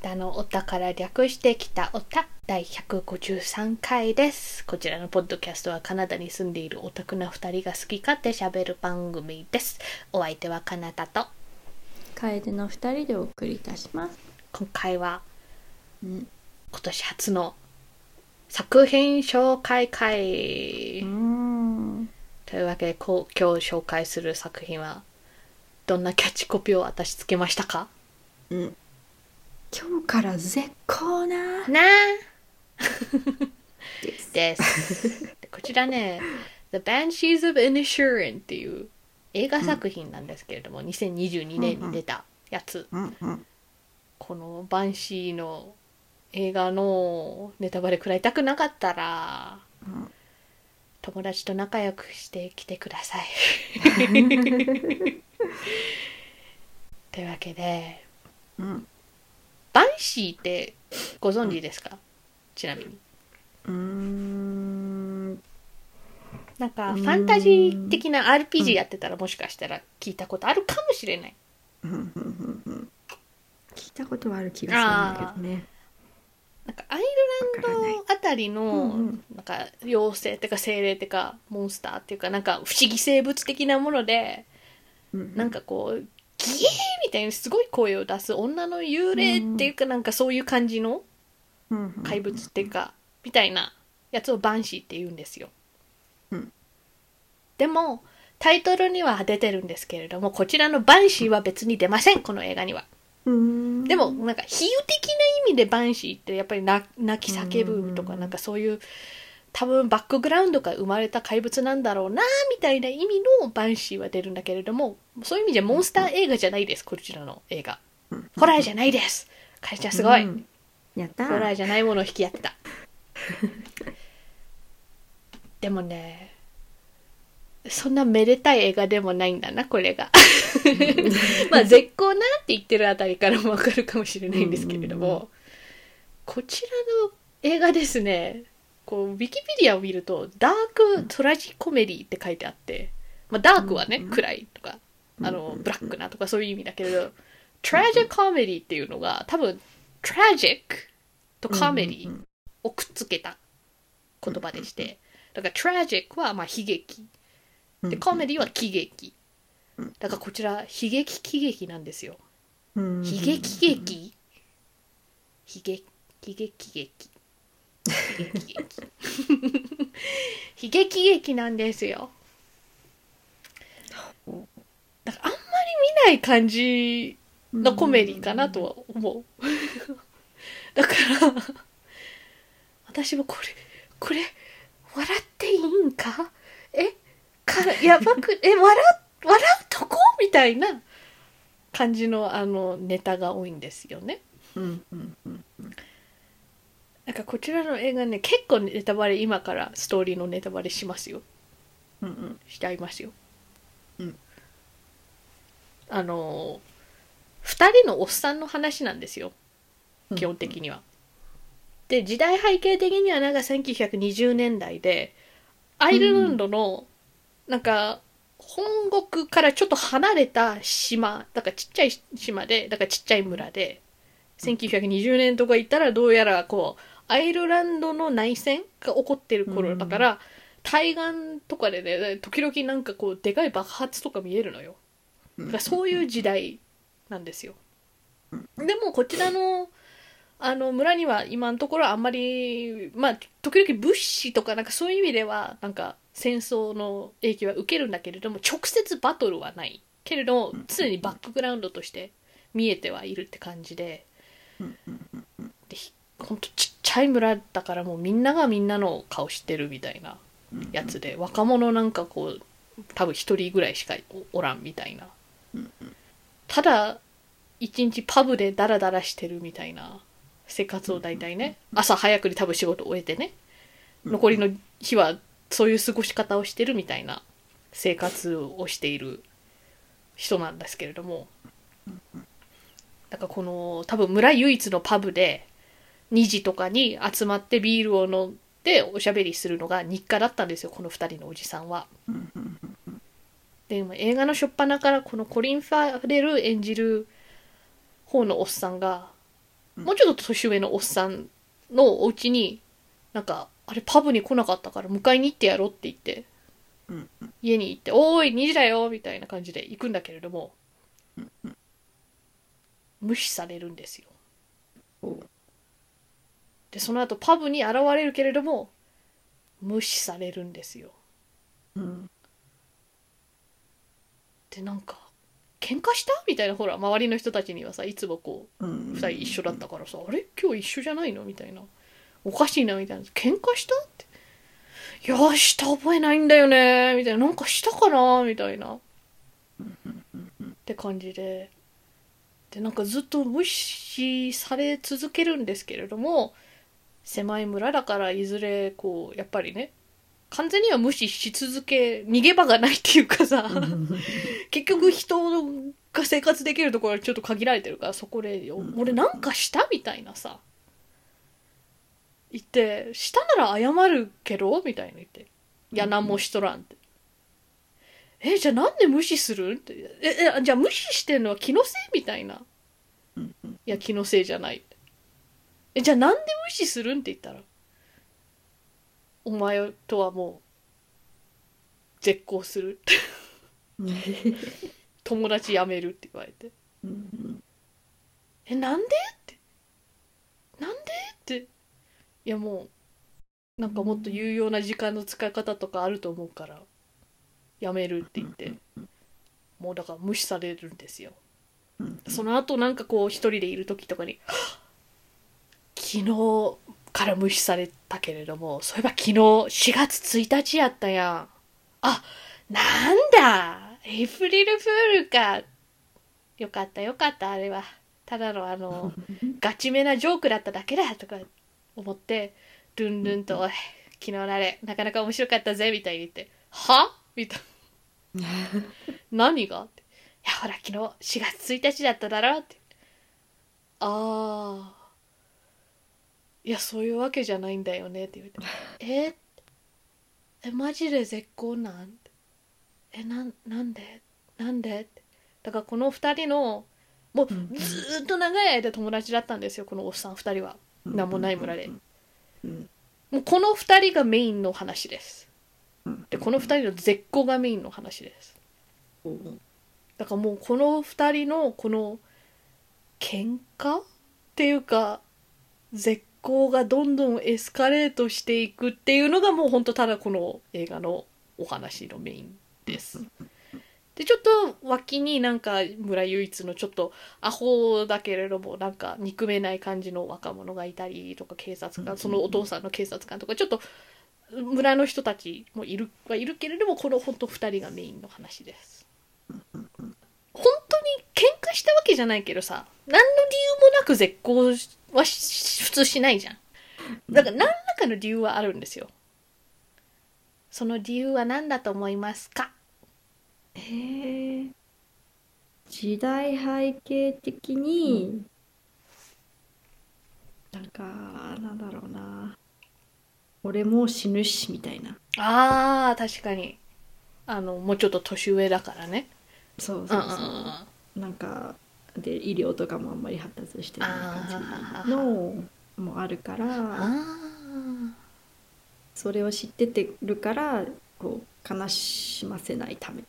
たのおたから略してきたおた第153回です。こちらのポッドキャストはカナダに住んでいるオタクな2人が好き勝手喋る番組です。お相手はカナダと楓の2人でお送りいたします。 今回は、今年初の作品紹介会というわけで今日紹介する作品はどんなキャッチコピーを私つけましたか？ 今日から絶好なです。でこちらねThe Banshees of Inisherin っていう映画作品なんですけれども、2022年に出たやつ、このバンシーの映画のネタバレ食らいたくなかったら、友達と仲良くしてきてくださいというわけで、バンシーってご存知ですか？ちなみになんかファンタジー的な RPG やってたらもしかしたら聞いたことあるかもしれない。 聞いたことはある気がするんだけどね。 なんかアイルランドあたりのなんか妖精ってか精霊ってかモンスターっていうかなんか不思議生物的なもので、なんかこうギーみたいにすごい声を出す女の幽霊っていうかなんかそういう感じの怪物っていうかみたいなやつをバンシーって言うんですよ。でもタイトルには出てるんですけれども、こちらのバンシーは別に出ません、この映画には。でもなんか比喩的な意味でバンシーってやっぱり泣き叫ぶとかなんかそういう多分バックグラウンドから生まれた怪物なんだろうなみたいな意味のバンシーは出るんだけれども、そういう意味じゃモンスター映画じゃないです、こちらの映画。ホラーじゃないです。かりちゃんすごい、 やったホラーじゃないものを引き当てたでもね、そんなめでたい映画でもないんだなこれがまあ絶好なって言ってるあたりからもわかるかもしれないんですけれども、こちらの映画ですね、こうウィキペディアを見るとダークトラジコメディって書いてあって、まあ、ダークはね、暗いとかブラックなとかそういう意味だけれど、トラジコメディっていうのが多分トラジックとコメディをくっつけた言葉でして、だからトラジックはまあ悲劇で、コメディは喜劇だからこちら悲劇喜劇なんですよ。悲劇劇悲劇劇悲劇劇なんですよ。だからあんまり見ない感じのコメディかなとは思うだから私もこれ笑っていいんかやばく笑うとこみたいな感じのネタが多いんですよね。なんかこちらの映画ね、結構ネタバレ、今からストーリーのネタバレしますよ。しちゃいますよ。2人のおっさんの話なんですよ、基本的には。で、時代背景的にはなんか1920年代でアイルランドのなんか本国からちょっと離れた島、だからちっちゃい島で、だからちっちゃい村で、1920年とか行ったらどうやらこうアイルランドの内戦が起こってる頃だから、対岸とかでね、時々なんかこうでかい爆発とか見えるのよ。だからそういう時代なんですよ。でもこちらの村には今のところあんまり、まあ時々物資とかなんかそういう意味ではなんか戦争の影響は受けるんだけれども、直接バトルはないけれど常にバックグラウンドとして見えてはいるって感じで、ほんとちっちゃい村だからもうみんながみんなの顔知ってるみたいなやつで、若者なんかこう多分一人ぐらいしかおらんみたいな、ただ一日パブでダラダラしてるみたいな生活を大体ね、朝早くに多分仕事を終えてね、残りの日はそういう過ごし方をしてるみたいな生活をしている人なんですけれども、だからこの多分村唯一のパブで2時とかに集まってビールを飲んでおしゃべりするのが日課だったんですよ、この2人のおじさんは。でも映画の初っ端からこのコリン・ファレル演じる方のおっさんがもうちょっと年上のおっさんのお家に、なんか、あれパブに来なかったから迎えに行ってやろうって言って、家に行って、おーい、2時だよみたいな感じで行くんだけれども、無視されるんですよ。で、その後パブに現れるけれども、無視されるんですよ。で、なんか、喧嘩したみたいな、ほら、周りの人たちにはさ、いつもこう、二人一緒だったからさ、あれ今日一緒じゃないのみたいな。おかしいな、みたいな。喧嘩したって。いや、した覚えないんだよね、みたいな。なんかしたかなみたいな。って感じで。で、なんかずっと無視され続けるんですけれども、狭い村だからいずれ、こう、やっぱりね、完全には無視し続け、逃げ場がないっていうかさ、結局人が生活できるところはちょっと限られてるから、そこで、俺なんかしたみたいなさ、言って、したなら謝るけどみたいな言って。いや、なんもしとらんって。じゃあなんで無視するって。じゃあ無視してんのは気のせいみたいな。いや、気のせいじゃない。じゃあなんで無視するんって言ったら、お前とはもう、絶交する。友達辞めるって言われて。なんでって。なんでって。いやもう、なんかもっと有用な時間の使い方とかあると思うから、辞めるって言って。もうだから無視されるんですよ。その後なんかこう一人でいる時とかに、昨日から無視されたけれども、そういえば昨日4月1日やったやん。あ、なんだエイプリルフールか。よかったよかった、あれは。ただのガチめなジョークだっただけだとか思って、ルンルンと、おい、昨日のあれ、なかなか面白かったぜ、みたいに言って、はみたいな。何がって。いや、ほら、昨日4月1日だっただろって。あー。いや、そういうわけじゃないんだよね、って言って。マジで絶好なんなんでなんでって。だからこの二人の、もうずーっと長い間友達だったんですよ、このおっさん二人は。なんもない村で。もうこの二人がメインの話です。で、この二人の絶好がメインの話です。だからもうこの二人のこの喧嘩っていうか、絶好がどんどんエスカレートしていくっていうのがもうほんとただこの映画のお話のメインです。で、ちょっと脇になんか村唯一のちょっとアホだけれどもなんか憎めない感じの若者がいたりとか、警察官、そのお父さんの警察官とか、ちょっと村の人たちもいるけれども、このほんと二人がメインの話です。本当に喧嘩したわけじゃないけどさ、何の理由もなく絶交は普通しないじゃん。だから何らかの理由はあるんですよ。その理由は何だと思いますか？ 時代背景的に、なんかなんだろうな、俺もう死ぬしみたいな。 あー、確かに。もうちょっと年上だからね。 そうそうそう。なんかで医療とかもあんまり発達してない感じのもあるから、それを知っててるからこう悲しませないため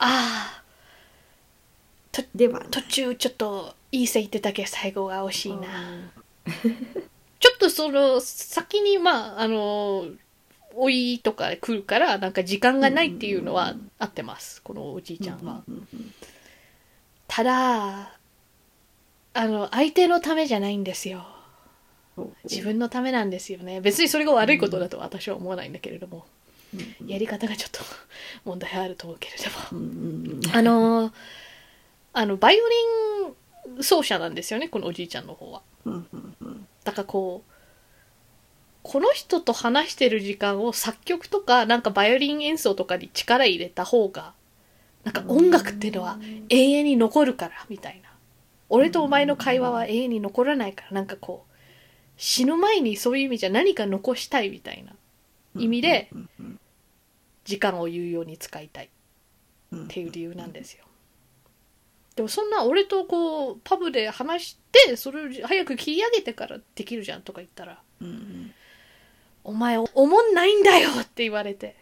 ではない。 途中ちょっといい線言ってたけど最後が惜しいな。ちょっとその先に老いとか来るからなんか時間がないっていうのは合ってます、このおじいちゃんは。ただ相手のためじゃないんですよ。自分のためなんですよね。別にそれが悪いことだと私は思わないんだけれども、やり方がちょっと問題あると思うけれども、バイオリン奏者なんですよね、このおじいちゃんの方は。だからこの人と話してる時間を作曲とかなんかバイオリン演奏とかに力入れた方がなんか音楽っていうのは永遠に残るからみたいな。俺とお前の会話は永遠に残らないから、なんかこう死ぬ前にそういう意味じゃ何か残したいみたいな意味で時間を有用に使いたいっていう理由なんですよ。 でもそんな俺とこうパブで話してそれを早く切り上げてからできるじゃんとか言ったら、 うん、 お前おもんないんだよって言われて、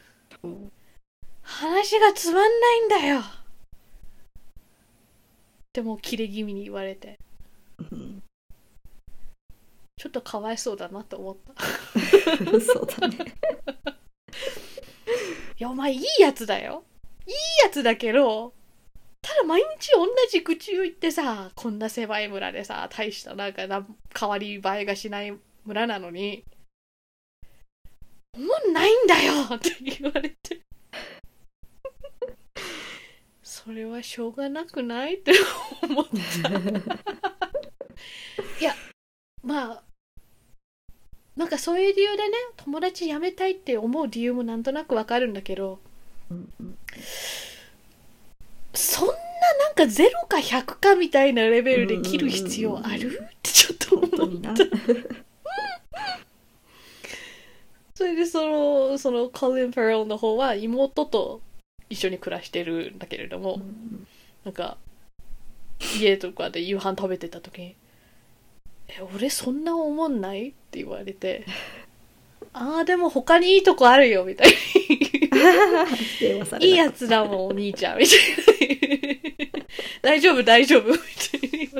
話がつまんないんだよでもキレ気味に言われて、ちょっとかわいそうだなと思ったそうだねいやお前いいやつだよ、いいやつだけど、ただ毎日同じ口を言ってさ、こんな狭い村でさ、大したなんか変わり映えがしない村なのに、もうないんだよって言われてそれはしょうがなくないって思ったいやまあなんかそういう理由でね、友達辞めたいって思う理由もなんとなくわかるんだけど、そんななんか0か100かみたいなレベルで切る必要あるってちょっと思ったそれでそのコリン・ファレルの方は妹と一緒に暮らしてるんだけれども、なんか家とかで夕飯食べてた時に俺そんな思んないって言われてああでも他にいいとこあるよみたいにいいやつだもんお兄ちゃんみたいな大丈夫大丈夫みたいな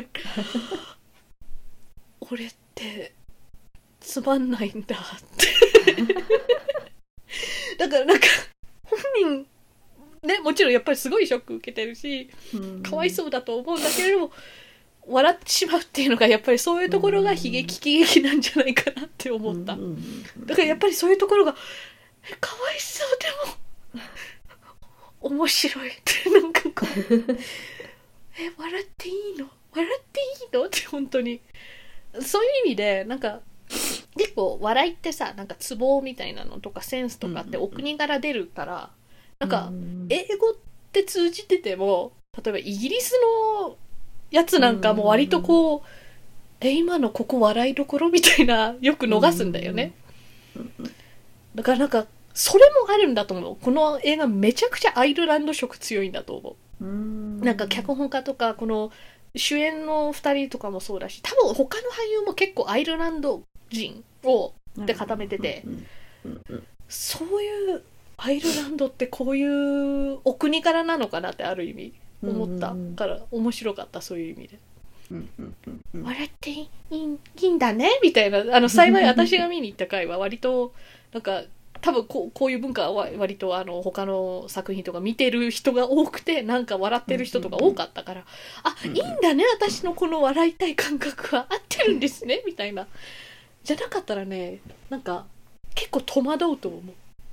俺ってつまんないんだってだからなんか本人ね、もちろんやっぱりすごいショック受けてるし、かわいそうだと思うんだけれども笑ってしまうっていうのがやっぱりそういうところが悲劇喜劇なんじゃないかなって思った。だからやっぱりそういうところがかわいそうでも面白いってなんかこう笑っていいの笑っていいのって本当にそういう意味でなんか結構笑いってさなんかツボみたいなのとかセンスとかってお国柄出るからなんか英語って通じてても例えばイギリスのやつなんかも割とこう今のここ笑いどころみたいなよく逃すんだよね。だからなんかそれもあるんだと思う。この映画めちゃくちゃアイルランド色強いんだと思う。なんか脚本家とかこの主演の2人とかもそうだし多分他の俳優も結構アイルランド人をで固めててそういうアイルランドってこういうお国柄なのかなってある意味思ったから面白かったそういう意味で笑っていいんだねみたいな幸い私が見に行った回は割となんか多分こういう文化は割と他の作品とか見てる人が多くてなんか笑ってる人とか多かったからいいんだね私のこの笑いたい感覚は合ってるんですねみたいなじゃなかったらねなんか結構戸惑うと思う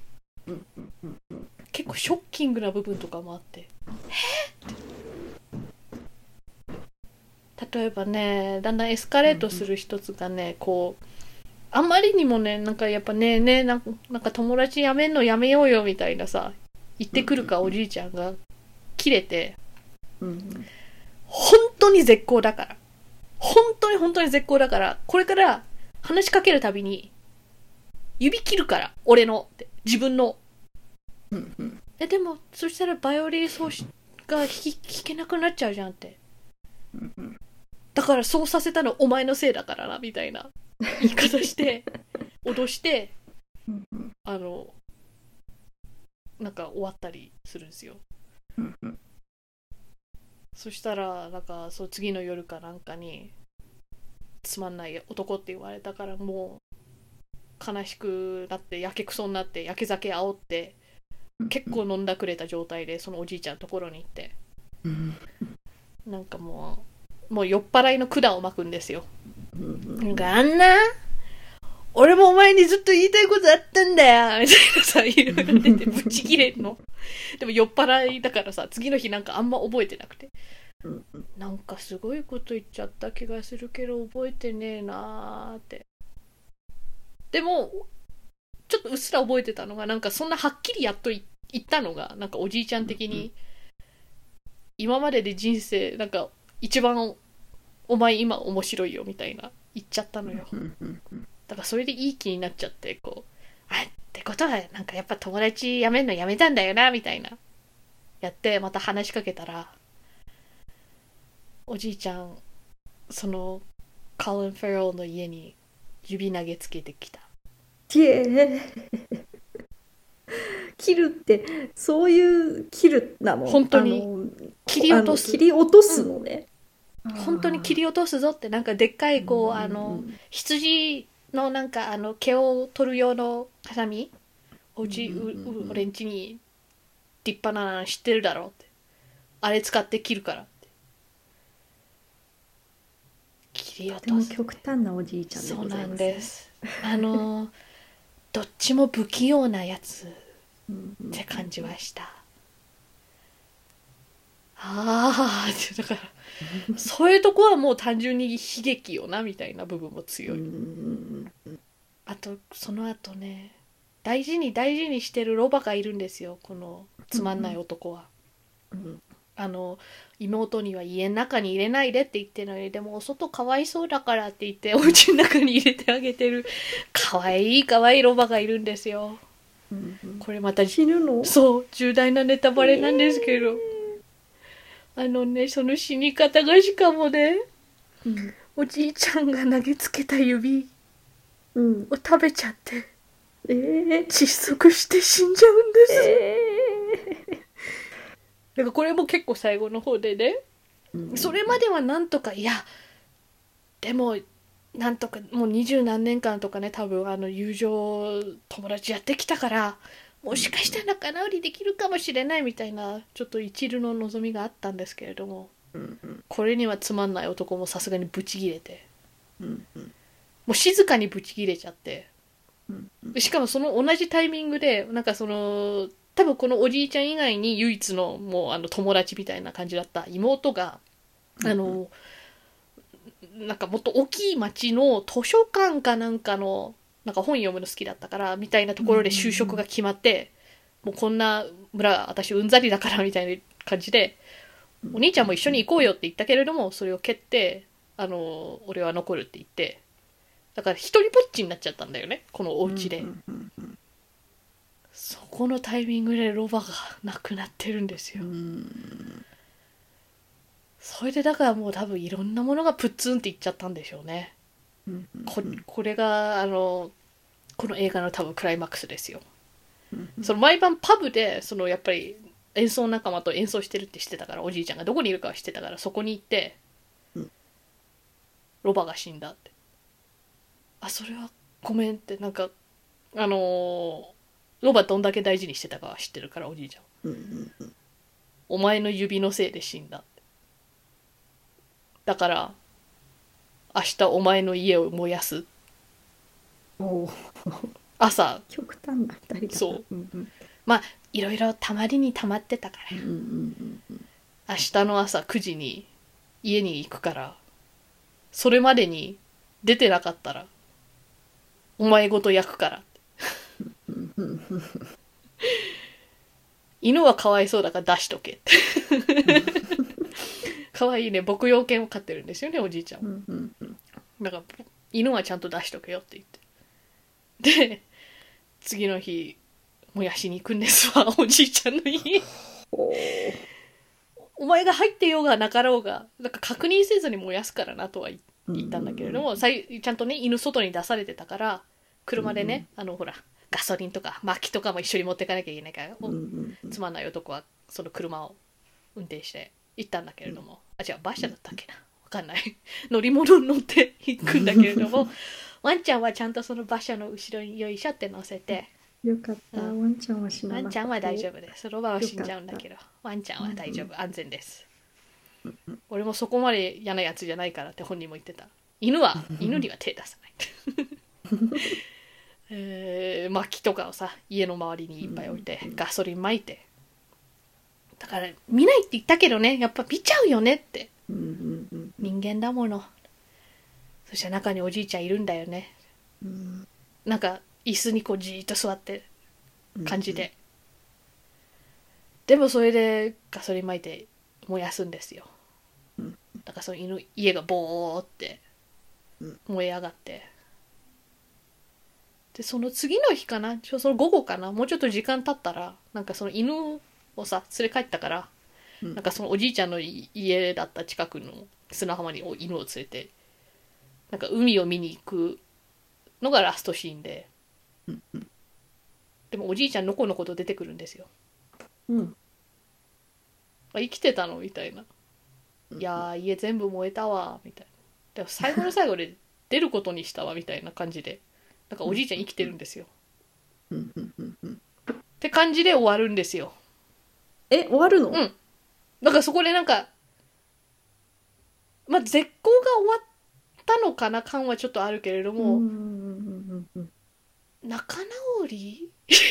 結構ショッキングな部分とかもあって例えばねだんだんエスカレートする一つがねこうあんまりにもねなんかやっぱねなんか友達やめんのやめようよみたいなさ言ってくるかおじいちゃんが切れて本当に絶好だから本当に絶好だからこれから話しかけるたびに指切るから俺のって自分のでもそしたらバイオリン奏が弾けなくなっちゃうじゃんってだからそうさせたのお前のせいだからなみたいな言い方して脅してなんか終わったりするんですよそしたらなんかそう次の夜かなんかにつまんない男って言われたからもう悲しくなってやけくそになってやけ酒煽って結構飲んだくれた状態でそのおじいちゃんのところに行ってなんかもう酔っ払いの管を巻くんですよなんかあんな俺もお前にずっと言いたいことあったんだよみたいなさいろいろ出てぶち切れるのでも酔っ払いだからさ次の日なんかあんま覚えてなくてなんかすごいこと言っちゃった気がするけど覚えてねえなーってでもちょっとうっすら覚えてたのがなんかそんなはっきりやっと言ったのがなんかおじいちゃん的に今までで人生なんか一番お前今面白いよみたいな言っちゃったのよだからそれでいい気になっちゃってこうってことはなんかやっぱ友達辞めんのやめたんだよなみたいなやってまた話しかけたらおじいちゃんそのコリン・フェローの家に指投げつけてきた。 切るってそういう切るなの？ 本当に切り落とす、 切り落とすのね、 本当に切り落とすぞって、なんかでっかいこう、羊のなんか毛を取る用のハサミ、俺んちに立派なの知ってるだろうって、あれ使って切るからって、切り落とす。 とても極端なおじいちゃんでございます、ね、 そうなんです。どっちも不器用なやつって感じはした。ああ、だからそういうとこはもう単純に悲劇よなみたいな部分も強い。あとその後ね、大事にしてるロバがいるんですよ、このつまんない男は。妹には家の中に入れないでって言ってるのに、でもお外かわいそうだからって言ってお家の中に入れてあげてるかわいいロバがいるんですよ。これまた死ぬの？ そう重大なネタバレなんですけど、その死に方がしかもね、おじいちゃんが投げつけた指を食べちゃって、窒息して死んじゃうんです。だからこれも結構最後の方でね、それまではなんとか、いやでもなんとかもう20何年間とかね、多分友情友達やってきたから、もしかしたら仲直りできるかもしれないみたいな、ちょっと一縷の望みがあったんですけれども、これにはつまんない男もさすがにブチギレて、もう静かにブチギレちゃって、しかもその同じタイミングでなんか多分このおじいちゃん以外に唯一のもう友達みたいな感じだった妹が、なんかもっと大きい町の図書館かなんかのなんか本読むの好きだったからみたいなところで就職が決まって、もうこんな村私うんざりだからみたいな感じで、お兄ちゃんも一緒に行こうよって言ったけれども、それを蹴って、俺は残るって言って、だから一人ぼっちになっちゃったんだよね、このお家で。そこのタイミングでロバが亡くなってるんですよ。それでだからもう多分いろんなものがプッツンっていっちゃったんでしょうね。これがこの映画の多分クライマックスですよ。その毎晩パブでやっぱり演奏仲間と演奏してるって知ってたから、おじいちゃんがどこにいるかは知ってたから、そこに行って、ロバが死んだって、それはごめんって、なんかロバどんだけ大事にしてたかは知ってるから、おじいちゃん、お前の指のせいで死んだって、だから明日お前の家を燃やす。朝極端な2人だ。 そう、まあいろいろたまりにたまってたから、明日の朝9時に家に行くから、それまでに出てなかったらお前ごと焼くから犬はかわいそうだから出しとけってかわいいね、牧羊犬を飼ってるんですよね、おじいちゃん。だから犬はちゃんと出しとけよって言って、で次の日燃やしに行くんですわ、おじいちゃんの家。お前が入ってようがなかろうが、なんか確認せずに燃やすからなとは言ったんだけれども、ちゃんとね犬外に出されてたから、車でね、ほらガソリンとか薪とかも一緒に持っていかなきゃいけないから、つまんない男はその車を運転して行ったんだけれども、違う馬車だったっけな、わかんない乗り物に乗って行くんだけれども、ワンちゃんはちゃんとその馬車の後ろによいしょって乗せて、 よかった、ワンちゃんは死ななかった。 ワンちゃんは大丈夫です。ロバは死んじゃうんだけど、ワンちゃんは大丈夫、安全です。俺もそこまで嫌なやつじゃないからって本人も言ってた。犬には手出さない薪とかをさ家の周りにいっぱい置いて、ガソリン撒いて、だから見ないって言ったけどね、やっぱ見ちゃうよねって、人間だもの。そしたら中におじいちゃんいるんだよね、なんか椅子にこうじーっと座って感じで、でもそれでガソリン撒いて燃やすんですよ。だからその家がボーって燃え上がって、でその次の日かな、その午後かな、もうちょっと時間経ったら、なんかその犬をさ連れ帰ったから、 なんかそのおじいちゃんの家だった近くの砂浜に犬を連れてなんか海を見に行くのがラストシーンで、でもおじいちゃんのこのこと出てくるんですよ。あ、生きてたのみたいな。いやー、家全部燃えたわみたいな。でも最後の最後で出ることにしたわみたいな感じで、なんかおじいちゃん生きてるんですよ。って感じで終わるんですよ。 終わるの？ だからそこでなんか、まあ絶好が終わったのかな感はちょっとあるけれども、仲直り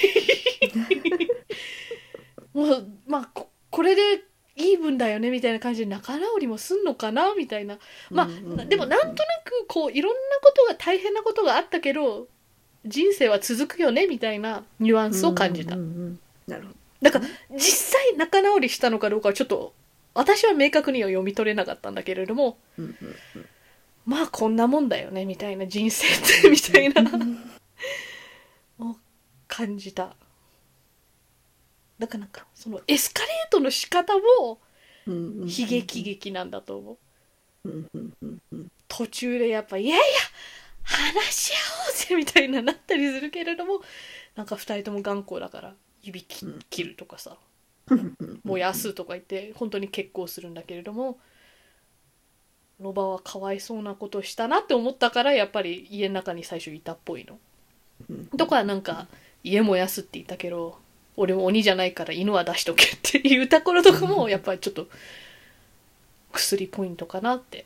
もうまあこれでイーブンだよねみたいな感じで仲直りもすんのかなみたいな。まあでもなんとなくこういろんなことが大変なことがあったけど人生は続くよねみたいなニュアンスを感じた。 なるほど。 だから実際仲直りしたのかどうかはちょっと私は明確には読み取れなかったんだけれども、まあこんなもんだよねみたいな人生ってみたいなを感じた。だからなんかそのエスカレートの仕方も悲劇劇なんだと思う。途中でやっぱいやいや話し合おうぜみたいななったりするけれども、なんか二人とも頑固だから指切るとかさ、燃やすとか言って本当に決行するんだけれども、ロバはかわいそうなことしたなって思ったからやっぱり家の中に最初いたっぽいの。とかなんか家燃やすって言ったけど俺も鬼じゃないから犬は出しとけっていうところとかもやっぱりちょっと薬ポイントかなって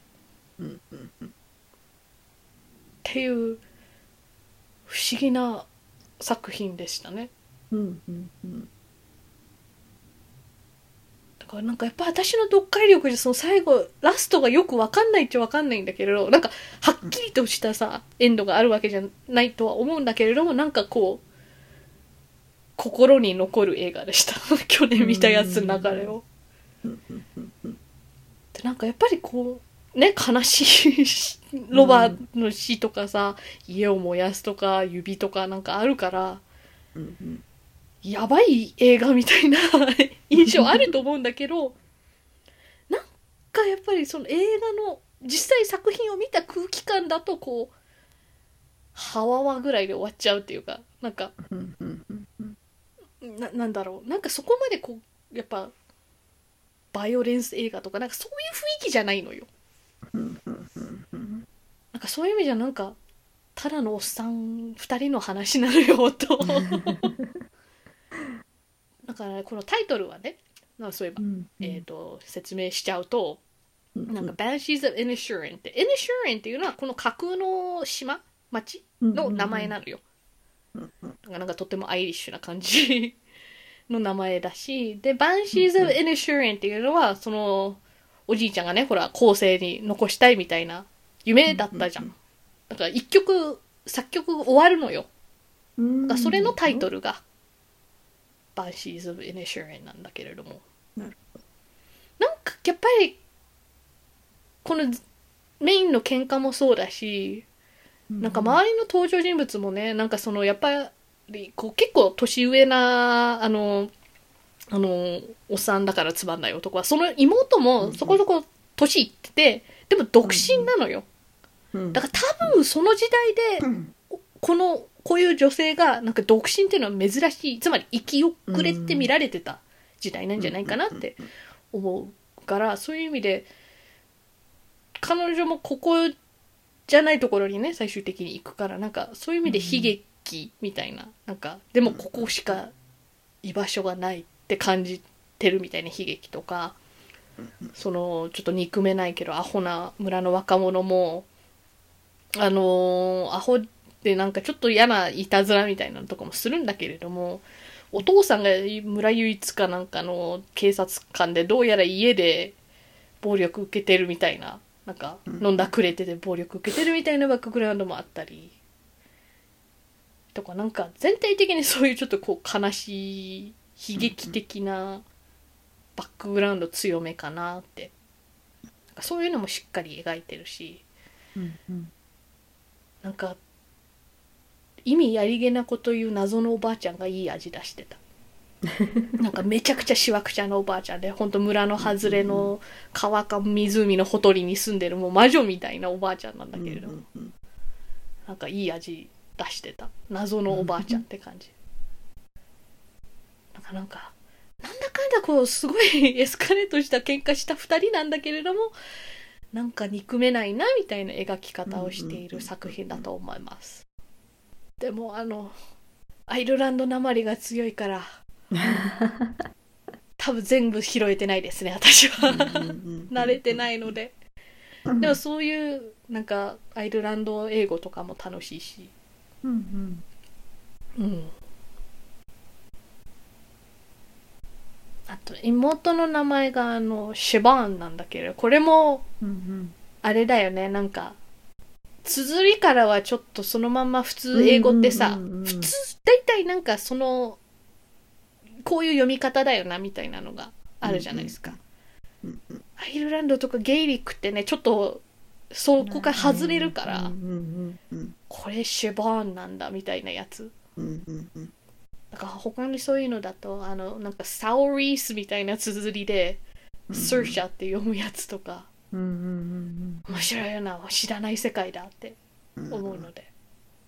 っていう不思議な作品でしたね。だからなんかやっぱ私の読解力でその最後ラストがよく分かんないっちゃ分かんないんだけれど、なんかはっきりとしたさエンドがあるわけじゃないとは思うんだけれども、なんかこう心に残る映画でした去年見たやつの流れを。でなんかやっぱりこうね、悲しいロバの死とかさ、家を燃やすとか指とかなんかあるから、やばい映画みたいな印象あると思うんだけど、なんかやっぱりその映画の実際作品を見た空気感だとこうはわわぐらいで終わっちゃうっていうか、なんかなんだろう、なんかそこまでこうやっぱバイオレンス映画とかなんかそういう雰囲気じゃないのよ。なんかそういう意味じゃなんかただのおっさん2人の話なのよとだから、このタイトルはね、なんかそういえば、説明しちゃうと、なんか Banshees of Inisherin って Inisherin っていうのはこの架空の町の名前なのよ。なんかとってもアイリッシュな感じの名前だし、で Banshees of Inisherin っていうのはそのおじいちゃんがね、ほら後世に残したいみたいな夢だったじゃん。だから一曲作曲終わるのよ。だからそれのタイトルがBanshees of Inisherin なんだけれども、なんかやっぱりこのメインの喧嘩もそうだし、なんか周りの登場人物もね、なんかそのやっぱりこう結構年上なおっさんだからつまんない男は、その妹もそこそこ年いってて、でも独身なのよ。だから多分その時代でこういう女性がなんか独身っていうのは珍しい、つまり生き遅れて見られてた時代なんじゃないかなって思うから、そういう意味で彼女もここじゃないところにね最終的に行くから、なんかそういう意味で悲劇みたいな、なんかでもここしか居場所がないって感じてるみたいな悲劇とか、そのちょっと憎めないけどアホな村の若者もアホでなんかちょっと嫌ないたずらみたいなのとかもするんだけれども、お父さんが村唯一かなんかの警察官でどうやら家で暴力受けてるみたいな、なんか飲んだくれてて暴力受けてるみたいなバックグラウンドもあったりとか、なんか全体的にそういうちょっとこう悲しい悲劇的なバックグラウンド強めかなって、なんかそういうのもしっかり描いてるし、なんか意味ありげなこと言う謎のおばあちゃんがいい味出してた。 なんかめちゃくちゃしわくちゃなおばあちゃんで、ほんと村の外れの川か湖のほとりに住んでるもう魔女みたいなおばあちゃんなんだけれども、なんかいい味出してた謎のおばあちゃんって感じ。なんだかんだこうすごいエスカレートした喧嘩した2人なんだけれども、なんか憎めないなみたいな描き方をしている作品だと思います。でもアイルランドなまりが強いから多分全部拾えてないですね、私は慣れてないので。でもそういうなんかアイルランド英語とかも楽しいし、あと妹の名前がシェバーンなんだけど、これもあれだよね、なんか綴りからはちょっとそのまんま普通英語ってさ、普通大体なんかこういう読み方だよなみたいなのがあるじゃないですか。アイルランドとかゲイリックってね、ちょっとそこから外れるから、これシェバーンなんだみたいなやつ。だから他にそういうのだとなんかサオリースみたいな綴りで、セーシャって読むやつとか、面白いよな、知らない世界だって思うので、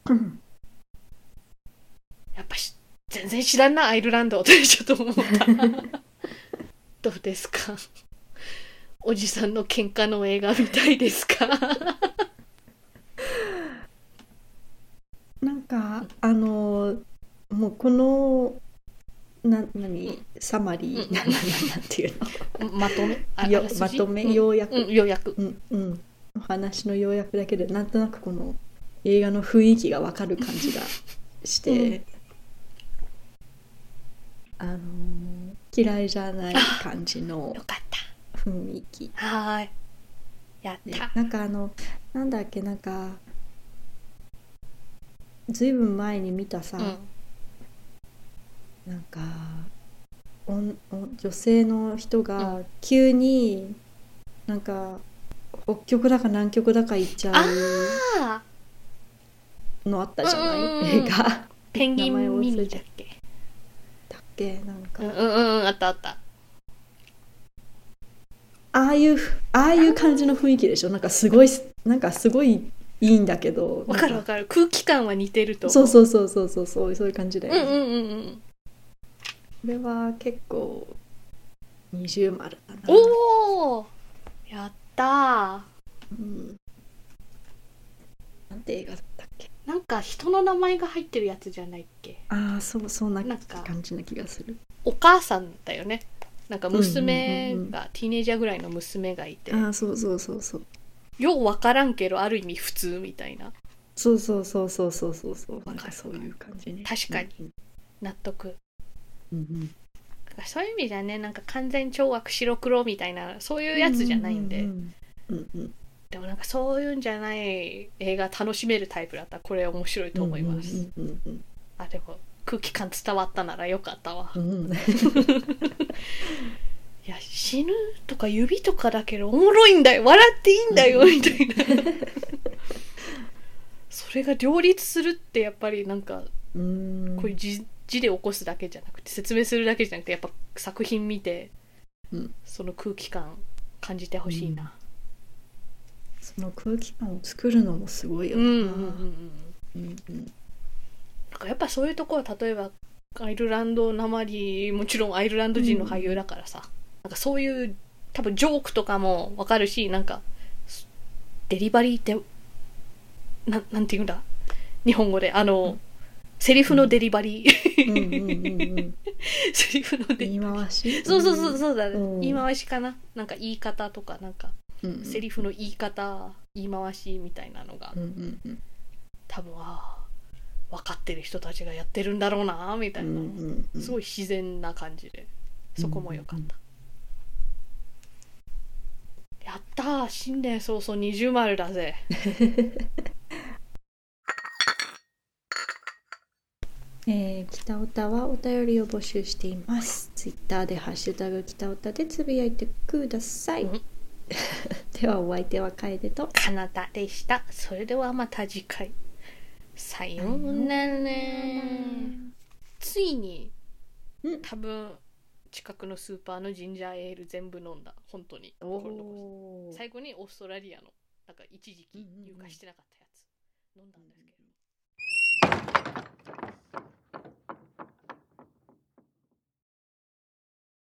やっぱ全然知らんなアイルランドってちょっと思ったどうですか、おじさんの喧嘩の映画みたいですかなんかもうこのサマリー、なんていうのまとめまとめ、要約、 要約、 お話の要約だけでなんとなくこの映画の雰囲気がわかる感じがして、嫌いじゃない感じの雰囲気。 はい、やった。 なんかなんだっけ、なんかずいぶん前に見たさ、なんか女性の人が急になんか北極だか南極だか行っちゃうのあったじゃない、映画。 ペンギンミニだっけなんかあったあった。 ああいう感じの雰囲気でしょ。なんかすごいいいんだけど、 わかる空気感は似てると。 そういう感じだよね。これは結構二重丸だな。 おー、やったー。なんて映画だったっけ。 なんか人の名前が入ってるやつじゃないっけ。 そうな感じな気がする。 お母さんだよね。なんか娘が、ティーネイジャーぐらいの娘がいて、 そうよう分からんけどある意味普通みたいな。 そうなんかそういう感じね。 確かに、納得。そういう意味じゃね、なんか完全懲悪白黒みたいなそういうやつじゃないんで、でもなんかそういうんじゃない映画楽しめるタイプだったらこれ面白いと思います。でも空気感伝わったならよかったわ。いや死ぬとか指とかだけどおもろいんだよ、笑っていいんだよみたいなそれが両立するってやっぱりなんかこういう字で起こすだけじゃなくて、説明するだけじゃなくて、やっぱ作品見て、その空気感感じてほしいな。 その空気感を作るのもすごいよな。 なんかやっぱそういうところは、例えばアイルランドなまり、もちろんアイルランド人の俳優だからさ、なんかそういう多分ジョークとかもわかるし、なんかデリバリーってなんていうんだ日本語でセリフのデリバリーセリフのデリバリー、 言い回し、 そうだね、言い回しかな、なんか言い方とかなんか、セリフの言い方言い回しみたいなのが、多分分かってる人たちがやってるんだろうなみたいな、すごい自然な感じで、そこも良かった。やったー、新年早々20丸だぜ北オタはお便りを募集しています。ツイッターでハッシュタグ北オタでつぶやいてください。ではお相手は楓とかなたでした。それではまた次回。さようなら。ついに多分近くのスーパーのジンジャーエール全部飲んだ。本当におー。 最後にオーストラリアのなんか一時期入荷してなかったやつ、飲んだんですけど、